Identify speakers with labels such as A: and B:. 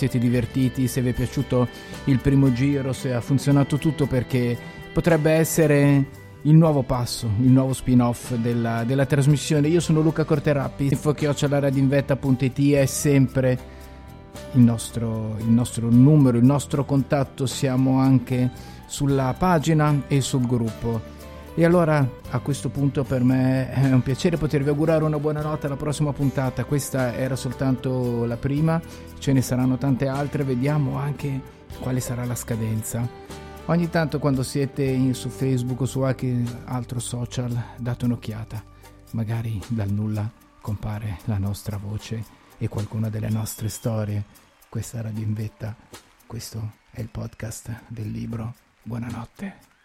A: siete divertiti, se vi è piaciuto il primo giro, se ha funzionato tutto, perché potrebbe essere il nuovo passo, il nuovo spin-off della trasmissione. Io sono Luca Corterappi, info@radioinvetta.it è sempre il nostro numero, il nostro contatto. Siamo anche sulla pagina e sul gruppo. E allora a questo punto per me è un piacere potervi augurare una buonanotte alla prossima puntata. Questa era soltanto la prima, ce ne saranno tante altre, vediamo anche quale sarà la scadenza. Ogni tanto quando siete su Facebook o su qualche altro social date un'occhiata, magari dal nulla compare la nostra voce e qualcuna delle nostre storie. Questa è Radio in Vetta, questo è il podcast del libro. Buonanotte.